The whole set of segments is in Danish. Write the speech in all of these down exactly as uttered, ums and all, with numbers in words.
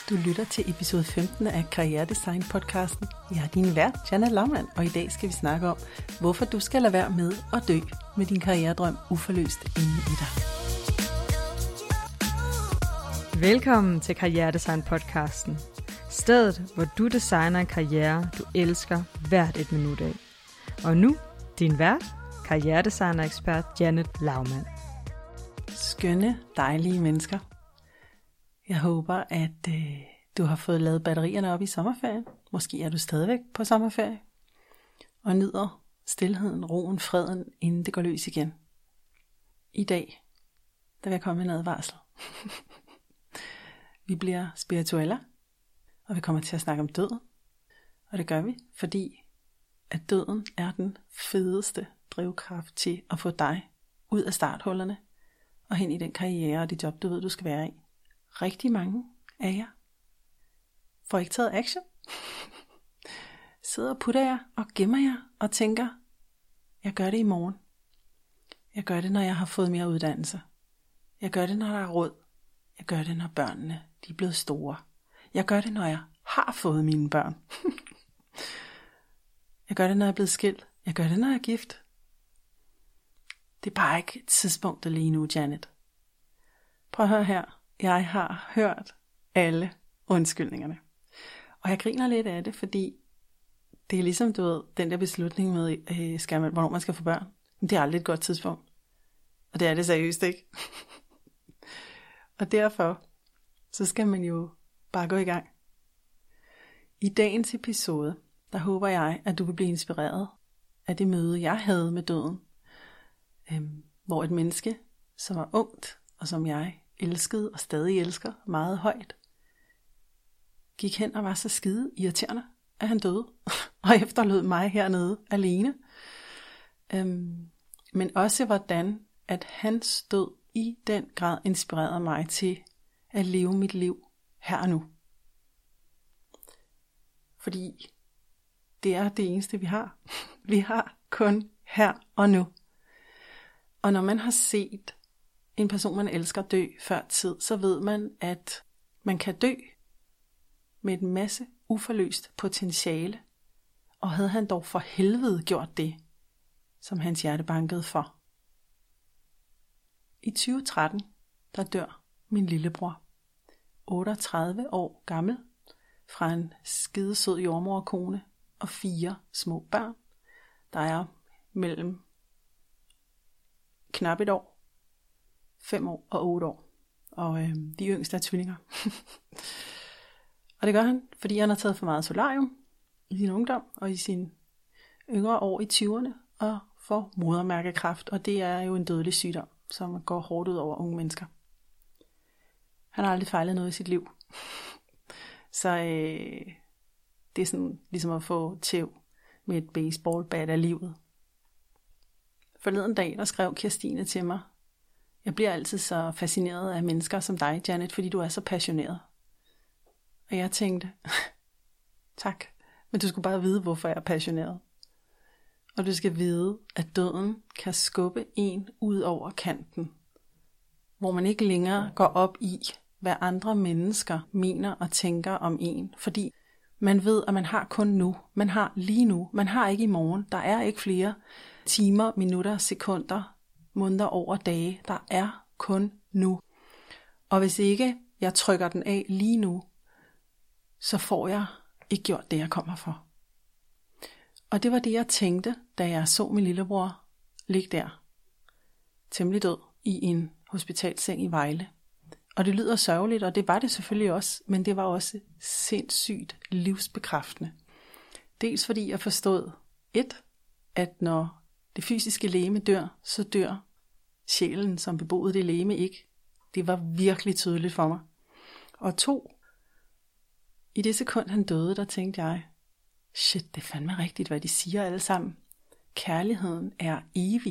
Du lytter til episode femten af Karrieredesign podcasten. Jeg er din vært, Janna Laumann, og i dag skal vi snakke om, hvorfor du skal lade være med at dø med din karrieredrøm uforløst inde i dig. Velkommen til Karrieredesign podcasten. Stedet, hvor du designer en karriere, du elsker hvert et minut af. Og nu, din vært, karrieredesigner-ekspert Janet Laumann. Skønne, dejlige mennesker. Jeg håber, at øh, du har fået lavet batterierne op i sommerferien. Måske er du stadigvæk på sommerferie. Og nyder stilheden, roen, freden, inden det går løs igen. I dag, der vil jeg komme med en advarsel. Vi bliver spirituelle, og vi kommer til at snakke om døden. Og det gør vi, fordi at døden er den fedeste drivkraft til at få dig ud af starthullerne og hen i den karriere og det job, du ved, du skal være i. Rigtig mange af jer får ikke taget action. Sidder og putter jer og gemmer jer og tænker, jeg gør det i morgen. Jeg gør det, når jeg har fået mere uddannelse. Jeg gør det, når der er råd. Jeg gør det, når børnene de er blevet store. Jeg gør det, når jeg har fået mine børn. Jeg gør det, når jeg er blevet skilt. Jeg gør det, når jeg er gift. Det er bare ikke et tidspunkt lige nu, Janet. Prøv at høre her. Jeg har hørt alle undskyldningerne. Og jeg griner lidt af det, fordi det er ligesom, du ved, den der beslutning med, øh, skal man, hvornår man skal få børn. Men det er aldrig et godt tidspunkt. Og det er det seriøst ikke. Og derfor, så skal man jo bare gå i gang. I dagens episode, der håber jeg, at du vil blive inspireret af det møde, jeg havde med døden. Øhm, hvor et menneske, som var ungt, og som jeg elskede og stadig elsker meget højt, gik hen og var så skide irriterende, at han døde, og efterlod mig hernede alene. Øhm, men også hvordan, at hans død i den grad inspirerede mig til at leve mit liv her og nu. Fordi det er det eneste, vi har. Vi har kun her og nu. Og når man har set en person, man elsker, dø før tid, så ved man, at man kan dø med en masse uforløst potentiale. Og havde han dog for helvede gjort det, som hans hjerte bankede for. I tyve tretten, der dør min lillebror, otteogtredive år gammel, fra en skidesød jordmorkone og fire små børn. Der er mellem knap et år, fem år og otte år. Og øh, de yngste er tvillinger. Og det gør han, fordi han har taget for meget solarium i sin ungdom og i sine yngre år i tyverne og får modermærkekræft. Og det er jo en dødelig sygdom, som går hårdt ud over unge mennesker. Han har aldrig fejlet noget i sit liv. Så øh, det er sådan ligesom at få tæv med et baseballbat af livet. Forleden dag, der skrev Kirstine til mig, jeg bliver altid så fascineret af mennesker som dig, Janet, fordi du er så passioneret. Og jeg tænkte, tak, men du skulle bare vide, hvorfor jeg er passioneret. Og du skal vide, at døden kan skubbe en ud over kanten, hvor man ikke længere går op i, hvad andre mennesker mener og tænker om en, fordi man ved, at man har kun nu, man har lige nu, man har ikke i morgen, der er ikke flere timer, minutter, sekunder, måneder, år og dage, der er kun nu. Og hvis ikke jeg trykker den af lige nu, så får jeg ikke gjort det, jeg kommer for. Og det var det, jeg tænkte, da jeg så min lillebror ligge der, temmelig død, i en hospitalseng i Vejle. Og det lyder sørgeligt, og det var det selvfølgelig også, men det var også sindssygt livsbekræftende. Dels fordi jeg forstod, et, at når det fysiske legeme dør, så dør sjælen, som beboede det legeme, ikke. Det var virkelig tydeligt for mig. Og to, i det sekund han døde, der tænkte jeg, shit, det er fandme rigtigt, hvad de siger alle sammen. Kærligheden er evig.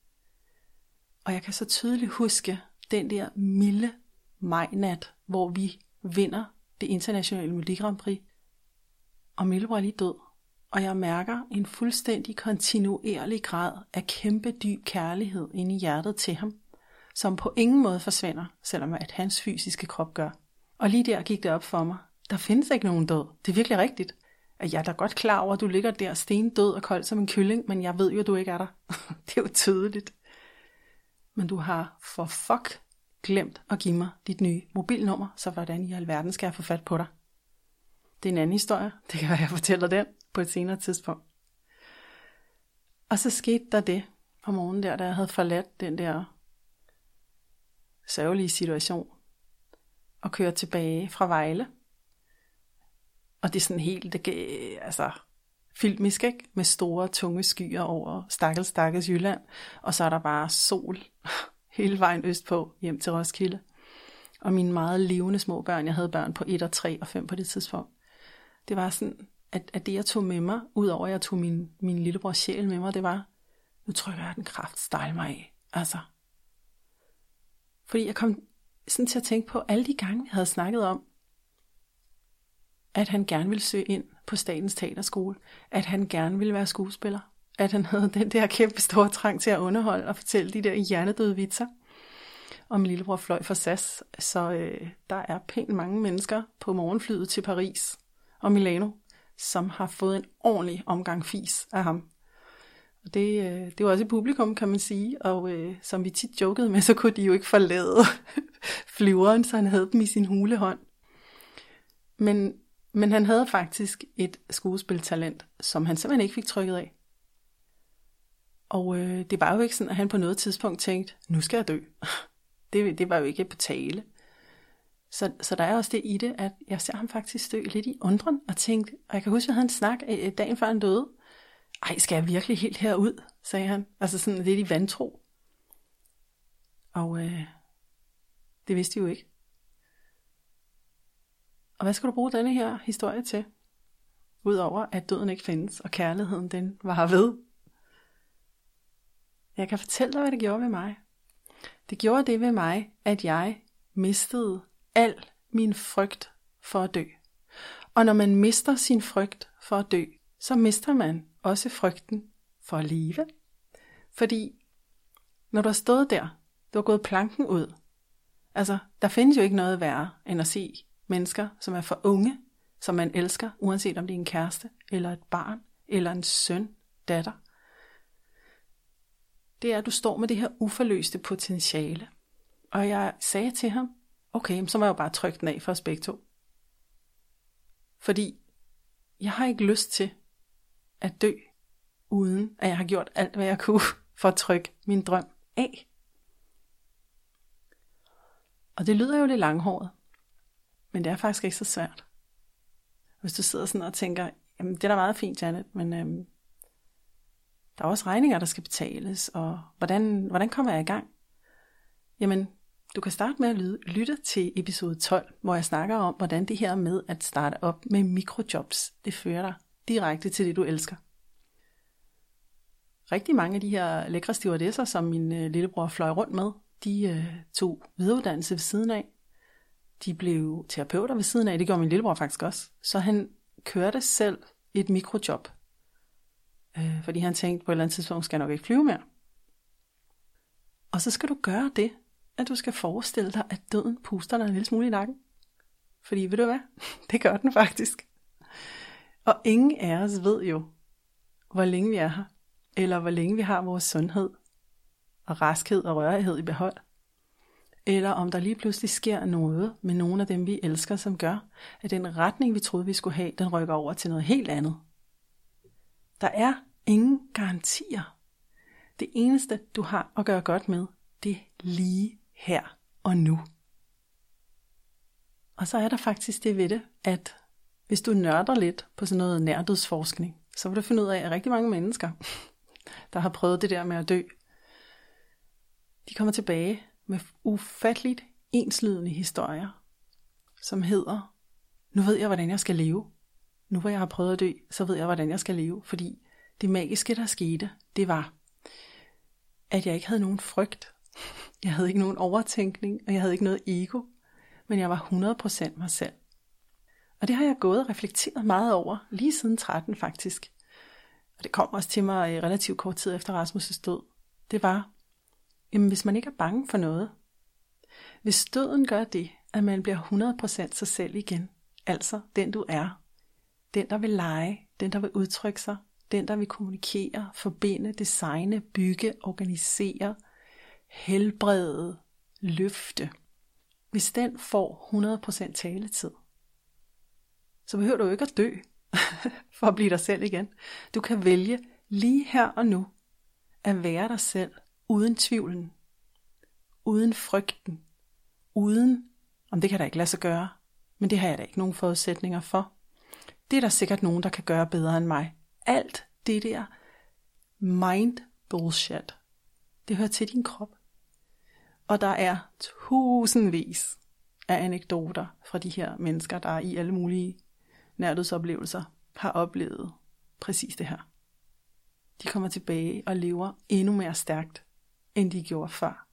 Og jeg kan så tydeligt huske den der milde majnat, hvor vi vinder det internationale Melodi Grand Prix, og Millebror er lige død. Og jeg mærker en fuldstændig kontinuerlig grad af kæmpe dyb kærlighed inde i hjertet til ham, som på ingen måde forsvinder, selvom at hans fysiske krop gør. Og lige der gik det op for mig. Der findes ikke nogen død. Det er virkelig rigtigt. Jeg er da godt klar over, at du ligger der stendød og kold som en kylling, men jeg ved jo, at du ikke er der. Det er jo tydeligt. Men du har for fuck glemt at give mig dit nye mobilnummer, så hvordan i alverden skal jeg få fat på dig? Det er en anden historie. Det kan være, jeg fortæller den på et senere tidspunkt. Og så skete der det om morgenen der, da jeg havde forladt den der sørgelige situation og kørt tilbage fra Vejle. Og det er sådan helt, det, altså, filmisk, ikke? Med store, tunge skyer over stakkels, stakkels Jylland. Og så er der bare sol hele vejen østpå hjem til Roskilde. Og mine meget levende små børn, jeg havde børn på et og tre og fem på det tidspunkt. Det var sådan, at, at det jeg tog med mig, udover at jeg tog min, min lillebror sjæl med mig, det var, nu trykker jeg den kraft stejl mig af. Altså. Fordi jeg kom sådan til at tænke på alle de gange, vi havde snakket om, at han gerne ville søge ind på Statens Teaterskole, at han gerne ville være skuespiller, at han havde den der kæmpe store trang til at underholde og fortælle de der hjernedøde vitser. Og min lillebror fløj for S A S, så øh, der er pænt mange mennesker på morgenflyet til Paris og Milano, som har fået en ordentlig omgang fis af ham. Og det, øh, det var også et publikum, kan man sige, og øh, som vi tit jokede med, så kunne de jo ikke forlade flyveren, så han havde dem i sin hulehånd. Men, men han havde faktisk et skuespiltalent, som han simpelthen ikke fik trykket af. Og øh, det var jo ikke sådan, at han på noget tidspunkt tænkte, nu skal jeg dø. Det, det var jo ikke på tale. Så, så der er også det i det, at jeg ser ham faktisk stø lidt i undren og tænkte, og jeg kan huske, at han snak øh, dagen før han døde. Ej, skal jeg virkelig helt herud, sagde han. Altså sådan lidt i vantro. Og øh, det vidste de jo ikke. Og hvad skal du bruge denne her historie til? Udover at døden ikke findes, og kærligheden den var ved. Jeg kan fortælle dig, hvad det gjorde ved mig. Det gjorde det ved mig, at jeg mistede al min frygt for at dø. Og når man mister sin frygt for at dø, så mister man også frygten for at leve. Fordi når du har stået der, du har gået planken ud. Altså, der findes jo ikke noget værre, end at se mennesker, som er for unge, som man elsker, uanset om det er en kæreste, eller et barn, eller en søn, datter. Det er, at du står med det her uforløste potentiale. Og jeg sagde til ham, okay, så må jeg jo bare trykke den af for os begge to. Fordi jeg har ikke lyst til at dø, uden at jeg har gjort alt, hvad jeg kunne for at trykke min drøm af. Og det lyder jo lidt langhåret, men det er faktisk ikke så svært. Hvis du sidder sådan og tænker, jamen det er da meget fint, Janet, men øhm, der er også regninger, der skal betales, og hvordan, hvordan kommer jeg i gang? Jamen, du kan starte med at lytte til episode tolv, hvor jeg snakker om, hvordan det her med at starte op med mikrojobs, det fører dig direkte til det, du elsker. Rigtig mange af de her lækre stewardesser, som min øh, lillebror fløj rundt med, de øh, tog videreuddannelse ved siden af. De blev terapeuter ved siden af, det gjorde min lillebror faktisk også. Så han kørte selv et mikrojob, øh, fordi han tænkte, på et eller andet tidspunkt skal jeg nok ikke flyve mere. Og så skal du gøre det, at du skal forestille dig, at døden puster dig en lille smule i nakken. Fordi ved du hvad? Det gør den faktisk. Og ingen af os ved jo, hvor længe vi er her, eller hvor længe vi har vores sundhed, og raskhed og rørighed i behold. Eller om der lige pludselig sker noget med nogle af dem, vi elsker, som gør, at den retning, vi troede, vi skulle have, den rykker over til noget helt andet. Der er ingen garantier. Det eneste, du har at gøre godt med, det er lige her og nu. Og så er der faktisk det ved det, at hvis du nørder lidt på sådan noget nærdødsforskning, så vil du finde ud af, at rigtig mange mennesker, der har prøvet det der med at dø, de kommer tilbage med ufatteligt enslydende historier, som hedder, nu ved jeg, hvordan jeg skal leve. Nu hvor jeg har prøvet at dø, så ved jeg, hvordan jeg skal leve. Fordi det magiske, der skete, det var, at jeg ikke havde nogen frygt. Jeg havde ikke nogen overtænkning, og jeg havde ikke noget ego. Men jeg var hundrede procent mig selv. Og det har jeg gået og reflekteret meget over, lige siden tretten faktisk. Og det kom også til mig relativt kort tid efter Rasmus' død. Det var, jamen hvis man ikke er bange for noget, hvis døden gør det, at man bliver hundrede procent sig selv igen. Altså den du er. Den der vil lege, den der vil udtrykke sig, den der vil kommunikere, forbinde, designe, bygge, organisere, helbrede, løfte. Hvis den får hundrede procent taletid, så behøver du ikke at dø for at blive dig selv igen. Du kan vælge lige her og nu at være dig selv uden tvivlen, uden frygten, uden, om det kan der ikke lade sig gøre, men det har jeg da ikke nogen forudsætninger for. Det er der sikkert nogen, der kan gøre bedre end mig. Alt det der mind bullshit, det hører til din krop. Og der er tusindvis af anekdoter fra de her mennesker, der i alle mulige nærdødsoplevelser har oplevet præcis det her. De kommer tilbage og lever endnu mere stærkt, end de gjorde før.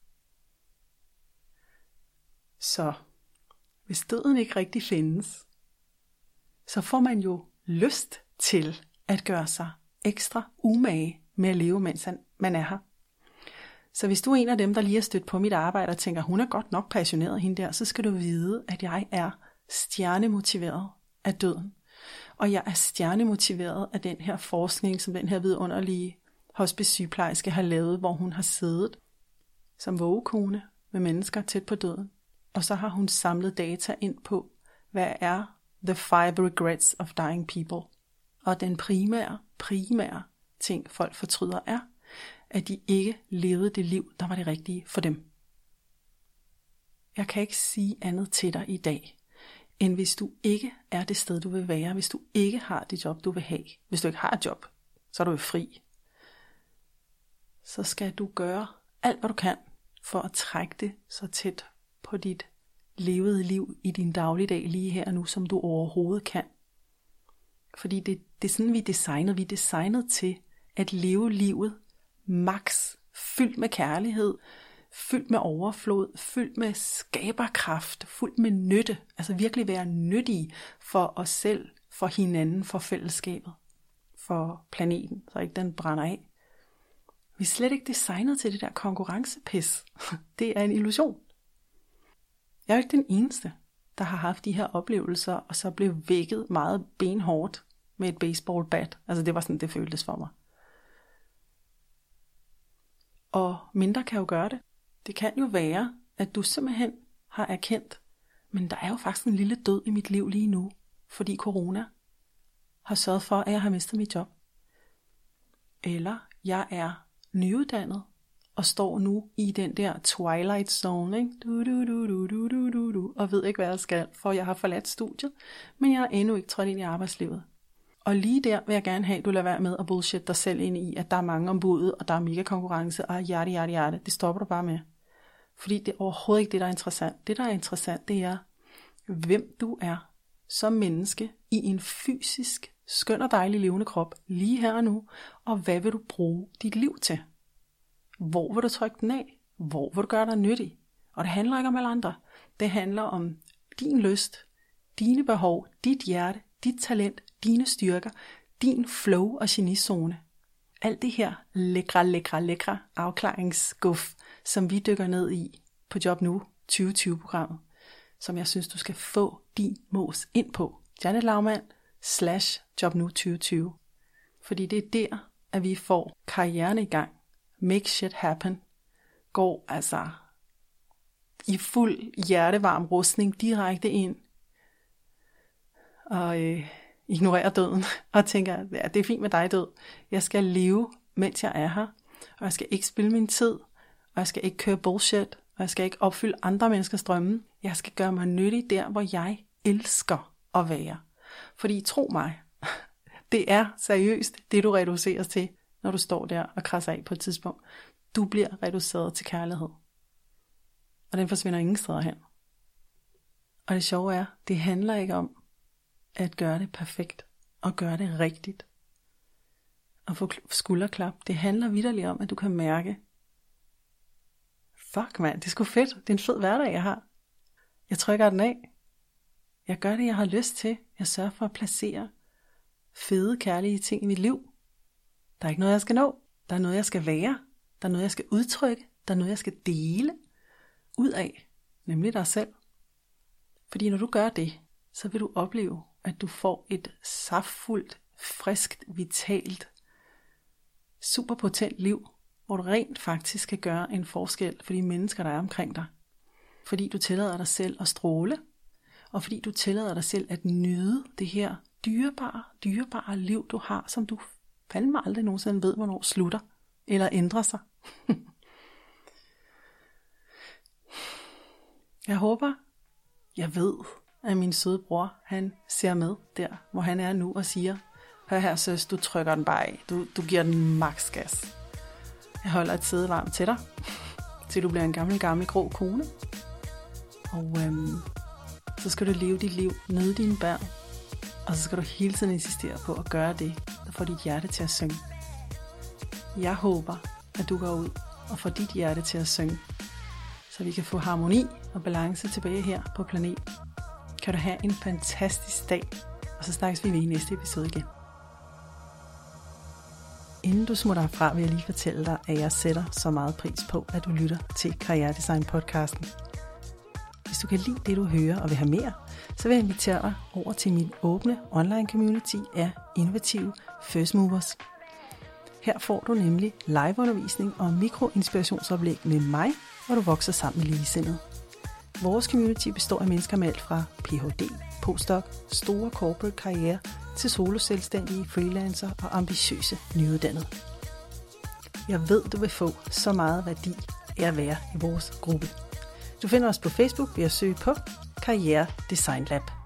Så hvis døden ikke rigtig findes, så får man jo lyst til at gøre sig ekstra umage med at leve, mens man er her. Så hvis du er en af dem, der lige har stødt på mit arbejde og tænker, hun er godt nok passioneret hende der, så skal du vide, at jeg er stjernemotiveret af døden. Og jeg er stjernemotiveret af den her forskning, som den her vidunderlige hospice-sygeplejerske har lavet, hvor hun har siddet som vågekone med mennesker tæt på døden. Og så har hun samlet data ind på, hvad er the five regrets of dying people. Og den primære, primære ting, folk fortryder, er, at de ikke levede det liv, der var det rigtige for dem. Jeg kan ikke sige andet til dig i dag, end hvis du ikke er det sted, du vil være, hvis du ikke har det job, du vil have. Hvis du ikke har et job, så er du jo fri. Så skal du gøre alt, hvad du kan, for at trække det så tæt på dit levede liv i din dagligdag lige her og nu, som du overhovedet kan. Fordi det, det er sådan, vi er designet. Vi er designet til at leve livet max, fyldt med kærlighed, fyldt med overflod, fyldt med skaberkraft, fyldt med nytte. Altså virkelig være nyttige for os selv, for hinanden, for fællesskabet, for planeten, så ikke den brænder af. Vi er slet ikke designet til det der konkurrencepis. Det er en illusion. Jeg er jo ikke den eneste, der har haft de her oplevelser, og så blev vækket meget benhårdt med et baseballbat. Altså det var sådan, det føltes for mig. Og mindre kan jo gøre det. Det kan jo være, at du simpelthen har erkendt, men der er jo faktisk en lille død i mit liv lige nu, fordi corona har sørget for, at jeg har mistet mit job. Eller jeg er nyuddannet og står nu i den der twilight zone, ikke? Du, du, du, du, du, du, du, du, og ved ikke, hvad jeg skal, for jeg har forladt studiet, men jeg er endnu ikke trådt ind i arbejdslivet. Og lige der vil jeg gerne have, at du lader være med at bullshit dig selv ind i, at der er mange om budet, og der er mega konkurrence, og hjerte, hjerte, hjerte. Det stopper du bare med. Fordi det er overhovedet ikke det, der er interessant. Det, der er interessant, det er, hvem du er som menneske i en fysisk, skøn og dejlig levende krop, lige her og nu, og hvad vil du bruge dit liv til? Hvor vil du trykke den af? Hvor vil du gøre dig nyttig? Og det handler ikke om alle andre. Det handler om din lyst, dine behov, dit hjerte, dit talent, dine styrker, din flow og genizone. Alt det her lækre, lækre, lækre afklaringsguf, som vi dykker ned i på Job Nu tyve tyve-programmet, som jeg synes, du skal få din mås ind på. Janet Laumann slash Job Nu tyve tyve. Fordi det er der, at vi får karrieren i gang. Make shit happen. Går altså i fuld hjertevarm rustning direkte ind og øh, ignorerer døden og tænker, ja, det er fint med dig, død. Jeg skal leve, mens jeg er her, og jeg skal ikke spilde min tid, og jeg skal ikke køre bullshit, og jeg skal ikke opfylde andre menneskers drømme. Jeg skal gøre mig nyttig der, hvor jeg elsker at være. Fordi tro mig, det er seriøst det, du reduceres til, når du står der og krasser af på et tidspunkt. Du bliver reduceret til kærlighed. Og den forsvinder ingen steder hen. Og det sjove er, det handler ikke om at gøre det perfekt og gøre det rigtigt og få skulderklap. Det handler vitterligt om, at du kan mærke, fuck mand, det er sgu fedt. Det er en fed hverdag, jeg har. Jeg trykker den af. Jeg gør det, jeg har lyst til. Jeg sørger for at placere fede, kærlige ting i mit liv. Der er ikke noget, jeg skal nå. Der er noget, jeg skal være. Der er noget, jeg skal udtrykke. Der er noget, jeg skal dele ud af. Nemlig dig selv. Fordi når du gør det, så vil du opleve, at du får et saftfuldt, friskt, vitalt, superpotent liv, hvor du rent faktisk kan gøre en forskel for de mennesker, der er omkring dig. Fordi du tillader dig selv at stråle, og fordi du tillader dig selv at nyde det her dyrebare, dyrebare liv, du har, som du fandme aldrig nogensinde ved, hvornår slutter eller ændrer sig. Jeg håber, jeg ved, at min søde bror, han ser med der, hvor han er nu og siger, hør her søs, du trykker den bare af, du, du giver den maks gas. Jeg holder et sæde varmt til dig, til du bliver en gammel, gammel grå kone. Og øhm, så skal du leve dit liv, nyde dine børn, og så skal du hele tiden insistere på at gøre det, der får dit hjerte til at synge. Jeg håber, at du går ud og får dit hjerte til at synge, så vi kan få harmoni og balance tilbage her på planeten. Kan du have en fantastisk dag, og så snakkes vi ved i næste episode igen. Inden du smutter herfra, vil jeg lige fortælle dig, at jeg sætter så meget pris på, at du lytter til Karrieredesign-podcasten. Hvis du kan lide det, du hører og vil have mere, så vil jeg invitere dig over til min åbne online community af innovative first movers. Her får du nemlig liveundervisning og mikroinspirationsoplæg med mig, hvor du vokser sammen med ligesindede. Vores community består af mennesker med alt fra P H D, postdoc, store corporate karriere til soloselvstændige, freelancer og ambitiøse nyuddannede. Jeg ved, du vil få så meget værdi af at være i vores gruppe. Du finder os på Facebook ved at søge på Karriere Design Lab.